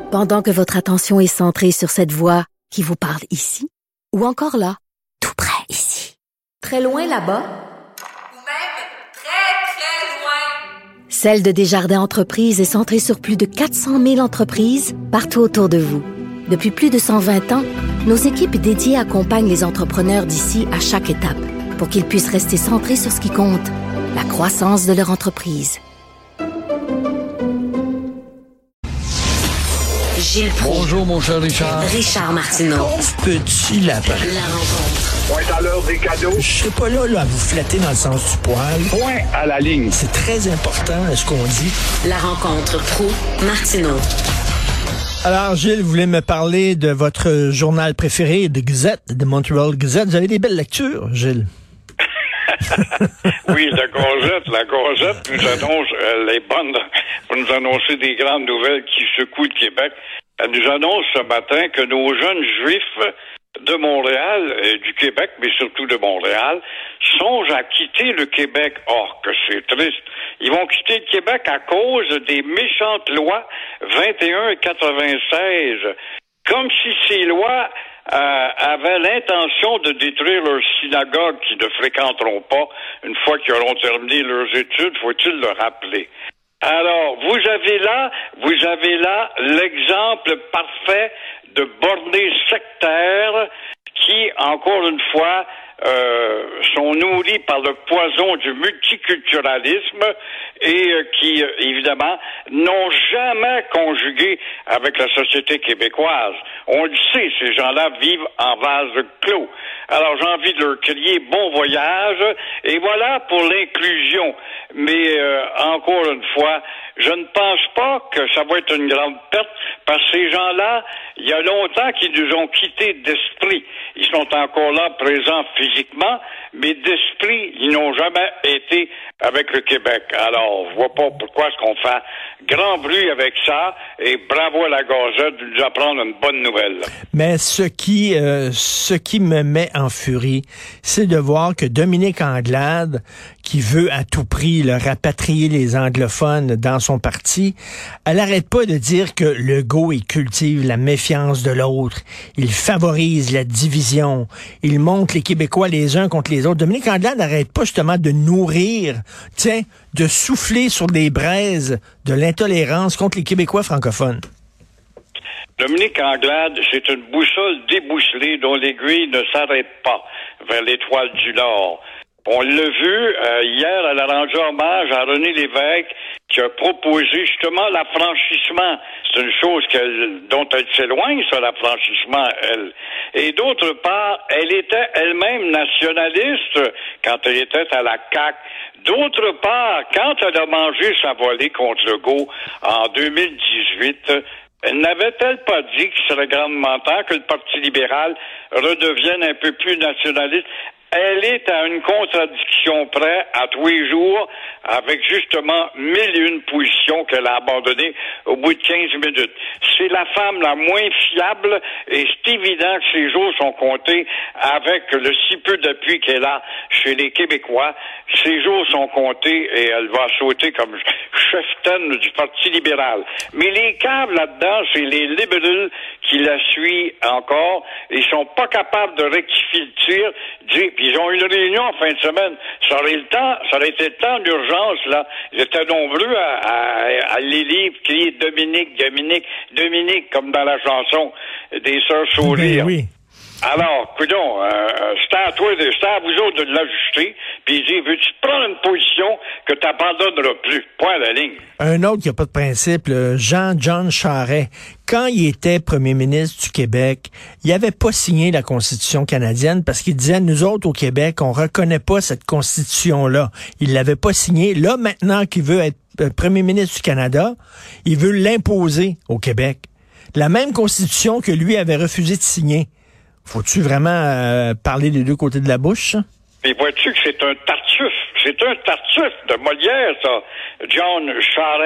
Pendant que votre attention est centrée sur cette voix qui vous parle ici, ou encore là, tout près ici, très loin là-bas, ou même très, très loin. Celle de Desjardins Entreprises est centrée sur plus de 400 000 entreprises partout autour de vous. Depuis plus de 120 ans, nos équipes dédiées accompagnent les entrepreneurs d'ici à chaque étape pour qu'ils puissent rester centrés sur ce qui compte, la croissance de leur entreprise. Gilles Proulx. Bonjour, mon cher Richard. Richard Martineau. Petit lapin. La rencontre. Point à l'heure des cadeaux. Je serai pas là à vous flatter dans le sens du poil. Point à la ligne. C'est très important, ce qu'on dit. La rencontre Proulx-Martineau. Alors, Gilles, vous voulez me parler de votre journal préféré, de Gazette, de Montreal Gazette. Vous avez des belles lectures, Gilles. Oui, la Gazette nous annonce les bonnes, pour nous annoncer des grandes nouvelles qui secouent le Québec. Elle nous annonce ce matin que nos jeunes juifs de Montréal, du Québec, mais surtout de Montréal, songent à quitter le Québec. Oh, que c'est triste. Ils vont quitter le Québec à cause des méchantes lois 21 et 96. Comme si ces lois avaient l'intention de détruire leurs synagogues qui ne fréquenteront pas une fois qu'ils auront terminé leurs études, faut-il le rappeler. Alors, vous avez là l'exemple parfait de bornés sectaires qui, encore une fois, sont nourris par le poison du multiculturalisme et qui, évidemment, n'ont jamais conjugué avec la société québécoise. On le sait, ces gens-là vivent en vase clos. Alors, j'ai envie de leur crier bon voyage, et voilà pour l'inclusion. Mais, encore une fois, je ne pense pas que ça va être une grande perte, parce que ces gens-là, il y a longtemps qu'ils nous ont quittés d'esprit. Ils sont encore là, présents physiquement, mais d'esprit, ils n'ont jamais été avec le Québec. Alors, je vois pas pourquoi est-ce qu'on fait grand bruit avec ça, et bravo à la Gazette de nous apprendre une bonne nouvelle. Mais ce qui me met en furie, c'est de voir que Dominique Anglade, qui veut à tout prix rapatrier les anglophones dans son parti, elle n'arrête pas de dire que Legault, il cultive la méfiance de l'autre, il favorise la division, il monte les Québécois les uns contre les autres. Dominique Anglade n'arrête pas justement de nourrir, de souffler sur des braises de l'intolérance contre les Québécois francophones. Dominique Anglade, c'est une boussole débousselée dont l'aiguille ne s'arrête pas vers l'étoile du Nord. On l'a vu, hier, elle a rendu hommage à René Lévesque, qui a proposé justement l'affranchissement. C'est une chose dont elle s'éloigne, ça, l'affranchissement, elle. Et d'autre part, elle était elle-même nationaliste quand elle était à la CAQ. D'autre part, quand elle a mangé sa volée contre Legault en 2018, n'avait-elle pas dit qu'il serait grandement temps que le Parti libéral redevienne un peu plus nationaliste? Elle est à une contradiction près à tous les jours avec justement 1001 positions qu'elle a abandonnées au bout de 15 minutes. C'est la femme la moins fiable et c'est évident que ses jours sont comptés avec le si peu d'appui qu'elle a chez les Québécois. Ses jours sont comptés et elle va sauter comme cheftaine du Parti libéral. Mais les caves là-dedans, c'est les libéraux qui la suivent encore. Ils sont pas capables de rectifier le tir. Puis ils ont eu une réunion en fin de semaine. Ça aurait été le temps d'urgence, là. Ils étaient nombreux à les livres crier Dominique, comme dans la chanson des Sœurs Sourires. Oui. Alors, coudonc, c'était à vous autres de l'ajuster, puis il dit, veux-tu te prendre une position que tu n'abandonneras plus? Point à la ligne. Un autre qui n'a pas de principe, Jean Charest, quand il était premier ministre du Québec, il n'avait pas signé la Constitution canadienne parce qu'il disait, nous autres au Québec, on reconnaît pas cette Constitution-là. Il l'avait pas signée. Là, maintenant qu'il veut être premier ministre du Canada, il veut l'imposer au Québec. La même Constitution que lui avait refusé de signer. Faut-tu vraiment parler des deux côtés de la bouche? Mais vois-tu que c'est un tartuffe? C'est un tartuffe de Molière, ça, John Charest.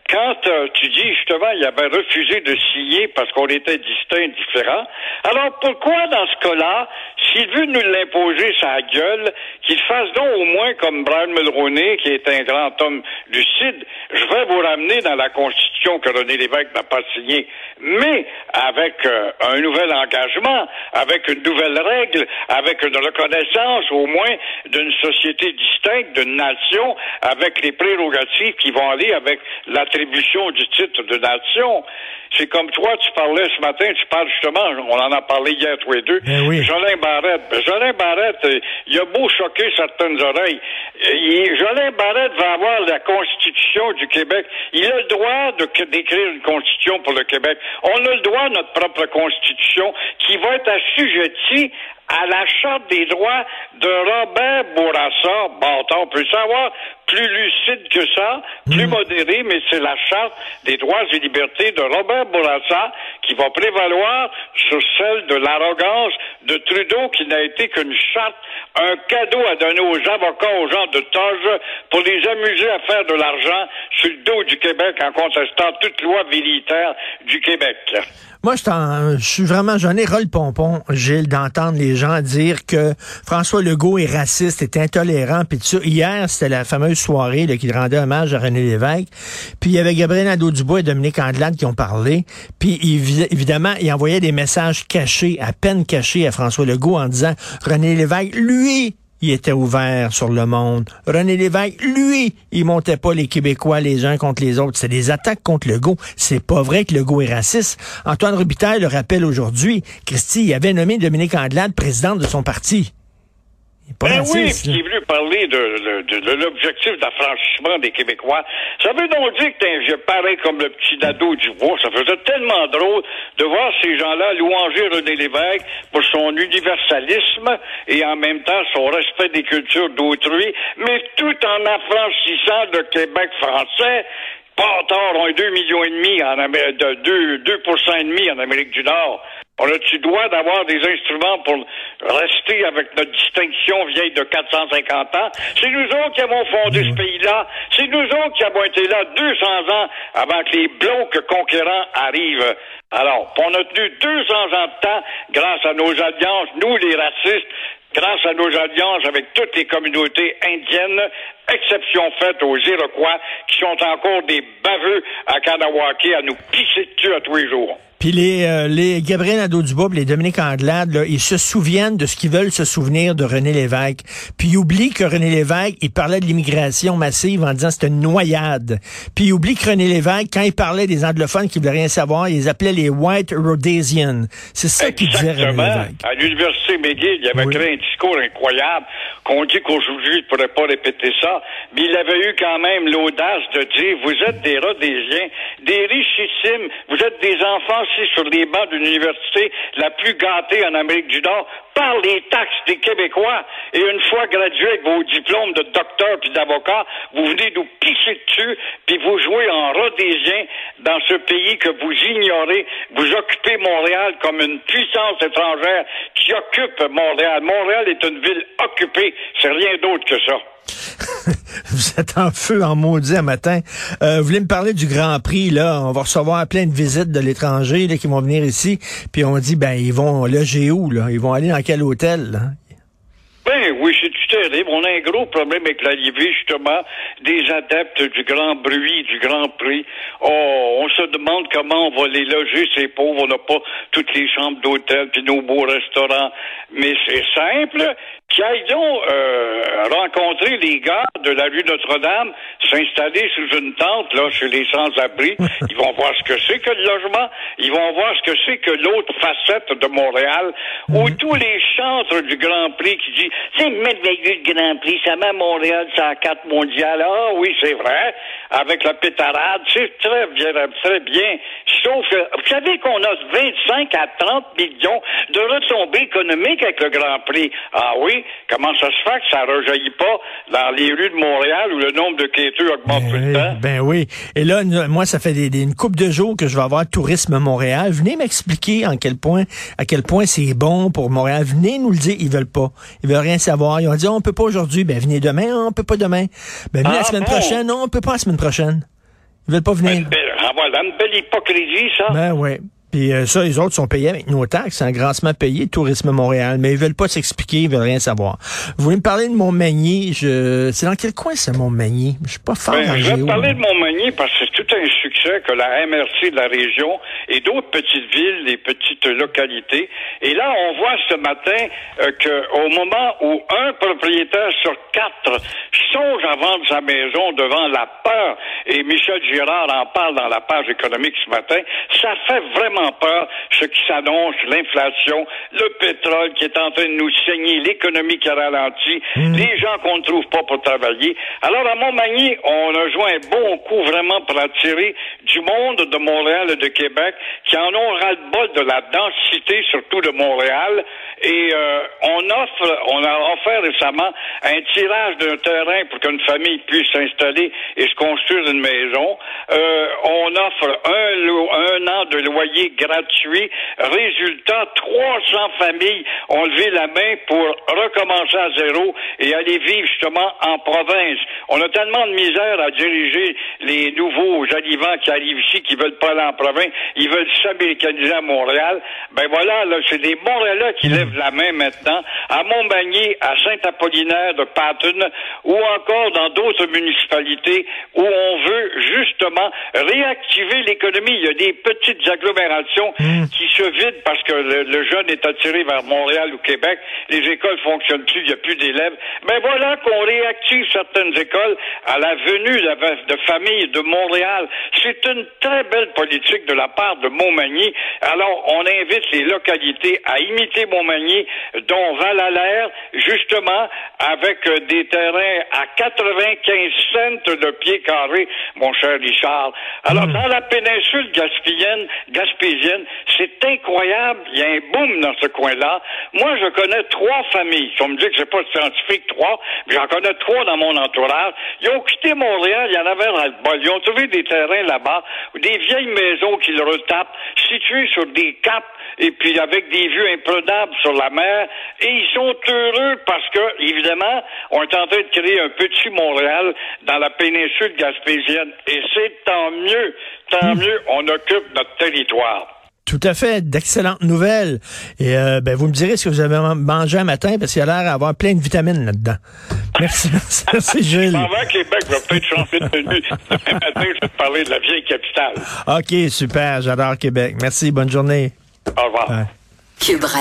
quand tu dis justement il avait refusé de signer parce qu'on était distincts, différents, alors pourquoi dans ce cas-là, s'il veut nous l'imposer sa gueule, qu'il fasse donc au moins comme Brian Mulroney, qui est un grand homme lucide, je vais vous ramener dans la Constitution que René Lévesque n'a pas signée, mais avec un nouvel engagement, avec une nouvelle règle, avec une reconnaissance au moins d'une société distincte, d'une nation, avec les prérogatives qui vont aller avec l'attribution du titre de nation. C'est comme toi, tu parlais ce matin, tu parles justement, on en a parlé hier tous les deux, oui. Jolin Barrette. Jolin Barrette, il a beau choquer certaines oreilles, Jolin Barrette va avoir la Constitution du Québec. Il a le droit d'écrire une Constitution pour le Québec. On a le droit à notre propre Constitution qui va être assujettie à la Charte des droits de Robert Bourassa. Bon, on peut savoir plus lucide que ça, plus modéré, mais c'est la Charte des droits et libertés de Robert Bourassa qui va prévaloir sur celle de l'arrogance de Trudeau, qui n'a été qu'une charte, un cadeau à donner aux avocats, aux gens de toge, pour les amuser à faire de l'argent sur le dos du Québec en contestant toute loi militaire du Québec. Moi, j'en ai ras le pompon, Gilles, d'entendre les gens dire que François Legault est raciste, est intolérant, puis tout ça. Hier, c'était la fameuse soirée là, qui rendait hommage à René Lévesque. Puis il y avait Gabriel Nadeau-Dubois et Dominique Anglade qui ont parlé. Puis évidemment, ils envoyaient des messages cachés, à peine cachés à François Legault en disant René Lévesque, lui, il était ouvert sur le monde. René Lévesque, lui, il montait pas les Québécois les uns contre les autres. C'est des attaques contre Legault. C'est pas vrai que Legault est raciste. Antoine Robitaille le rappelle aujourd'hui. Christy, il avait nommé Dominique Anglade présidente de son parti. Ben oui, puis il est venu parler de l'objectif d'affranchissement des Québécois. Ça veut donc dire que t'es un vieux pareil comme le petit Nadeau-Dubois. Ça faisait tellement drôle de voir ces gens-là louanger René Lévesque pour son universalisme et en même temps son respect des cultures d'autrui, mais tout en affranchissant le Québec français. Pas tard, on est 2,5 millions en Amérique, 2,5% en Amérique du Nord. On a-tu droit d'avoir des instruments pour rester avec notre distinction vieille de 450 ans? C'est nous autres qui avons fondé ce pays-là. C'est nous autres qui avons été là 200 ans avant que les blocs conquérants arrivent. Alors, on a tenu 200 ans de temps grâce à nos alliances, nous les racistes, grâce à nos alliances avec toutes les communautés indiennes, exception faite aux Iroquois, qui sont encore des baveux à Kanawake à nous pisser dessus à tous les jours. Puis les Gabriel Nadeau-Dubois, les Dominique Anglade, là, ils se souviennent de ce qu'ils veulent se souvenir de René Lévesque. Puis ils oublient que René Lévesque, il parlait de l'immigration massive en disant que c'était une noyade. Puis ils oublient que René Lévesque, quand il parlait des anglophones qui voulaient rien savoir, il les appelait les White Rhodesians. C'est ça qu'il disait René Lévesque. À l'Université McGill, il avait créé un discours incroyable qu'on dit qu'aujourd'hui, il ne pourrait pas répéter ça, mais il avait eu quand même l'audace de dire, vous êtes des Rhodésiens, des richissimes, vous êtes des enfants sur les bancs d'une université la plus gâtée en Amérique du Nord par les taxes des Québécois. Et une fois gradués avec vos diplômes de docteur puis d'avocat, vous venez nous pisser dessus puis vous jouez en rhodésien dans ce pays que vous ignorez. Vous occupez Montréal comme une puissance étrangère qui occupe Montréal. Montréal est une ville occupée. C'est rien d'autre que ça. Vous êtes en feu, en maudit un matin. Vous voulez me parler du Grand Prix, là? On va recevoir plein de visites de l'étranger là, qui vont venir ici. Puis on dit, ben, ils vont loger où, là? Ils vont aller dans quel hôtel, là? Ben oui, c'est tout terrible. On a un gros problème avec l'arrivée, justement, des adeptes du grand bruit, du Grand Prix. Oh, on se demande comment on va les loger, ces pauvres. On n'a pas toutes les chambres d'hôtel puis nos beaux restaurants. Mais c'est simple. Qui aillent donc rencontrer les gars de la rue Notre-Dame, s'installer sous une tente, là, chez les sans-abri. Ils vont voir ce que c'est que le logement. Ils vont voir ce que c'est que l'autre facette de Montréal, où tous les chantres du Grand Prix qui disent « C'est merveilleux le Grand Prix, ça met Montréal sur la carte mondiale. » Ah oui, c'est vrai. Avec la pétarade, c'est très bien, très bien. Sauf que, vous savez qu'on a 25 à 30 millions de retombées économiques avec le Grand Prix. Ah oui? Comment ça se fait que ça ne rejaillit pas dans les rues de Montréal où le nombre de quêteux augmente tout le temps? Ben oui. Et là, moi, ça fait une couple de jours que je vais avoir Tourisme Montréal. Venez m'expliquer à quel point c'est bon pour Montréal. Venez nous le dire. Ils veulent pas. Ils veulent rien savoir. Ils ont dit, on peut pas aujourd'hui. Ben, venez demain. On peut pas demain. Ben, venez la semaine prochaine. Non, on peut pas la semaine prochaine. Ils veulent pas venir. Voilà, une belle hypocrisie, ça. Ben oui. Puis ça, les autres sont payés avec nos taxes, un grassement payé, Tourisme Montréal, mais ils veulent pas s'expliquer, ils veulent rien savoir. Vous voulez me parler de Montmagny? C'est dans quel coin, c'est Montmagny? Je suis pas fort en Je vais géo. parler de Montmagny parce que c'est tout un succès que la MRC de la région et d'autres petites villes, les petites localités. Et là, on voit ce matin qu'au moment où un propriétaire sur 4 songe à vendre sa maison devant la peur, et Michel Girard en parle dans la page économique ce matin, ça fait vraiment peur, ce qui s'annonce, l'inflation, le pétrole qui est en train de nous saigner, l'économie qui a ralenti, les gens qu'on ne trouve pas pour travailler. Alors, à Montmagny, on a joué un bon coup vraiment pour attirer du monde de Montréal et de Québec qui en ont ras-le-bol de la densité, surtout de Montréal. Et on a offert récemment un tirage d'un terrain pour qu'une famille puisse s'installer et se construire une maison. On offre un an de loyer gratuit. Résultat, 300 familles ont levé la main pour recommencer à zéro et aller vivre justement en province. On a tellement de misère à diriger les nouveaux arrivants qui arrivent ici, qui veulent pas aller en province, ils veulent s'américaniser à Montréal. Ben voilà, là, c'est des Montréalais qui lèvent la main maintenant, à Montmagny, à Saint-Apollinaire de Patten, ou encore dans d'autres municipalités où on veut justement réactiver l'économie. Il y a des petites agglomérations qui se vident parce que le jeune est attiré vers Montréal ou Québec. Les écoles fonctionnent plus, il n'y a plus d'élèves. Mais voilà qu'on réactive certaines écoles à la venue de familles de Montréal. C'est une très belle politique de la part de Montmagny. Alors, on invite les localités à imiter Montmagny, dont Val-Alaire, justement, avec des terrains à 95 cents le pied carré, mon cher Richard. Alors, dans la péninsule gaspésienne, c'est incroyable. Il y a un boom dans ce coin-là. Moi, je connais 3 familles. On me dit que c'est pas scientifique, 3, mais j'en connais 3 dans mon entourage. Ils ont quitté Montréal, il y en avait ras-le-bol. Ils ont trouvé des terrains là-bas, des vieilles maisons qu'ils retapent, situées sur des caps, et puis avec des vues imprenables sur la mer, et ils sont heureux parce que, évidemment, on est en train de créer un petit Montréal dans la péninsule gaspésienne, et c'est tant mieux, on occupe notre territoire. Tout à fait, d'excellentes nouvelles. Et vous me direz ce que vous avez mangé un matin, parce qu'il y a l'air d'avoir plein de vitamines là-dedans. Merci, merci Gilles. Je m'en vais à Québec, je vais peut-être changer de tenue. Demain matin, je vais te parler de la vieille capitale. OK, super, j'adore Québec. Merci, bonne journée. Au revoir. Ouais.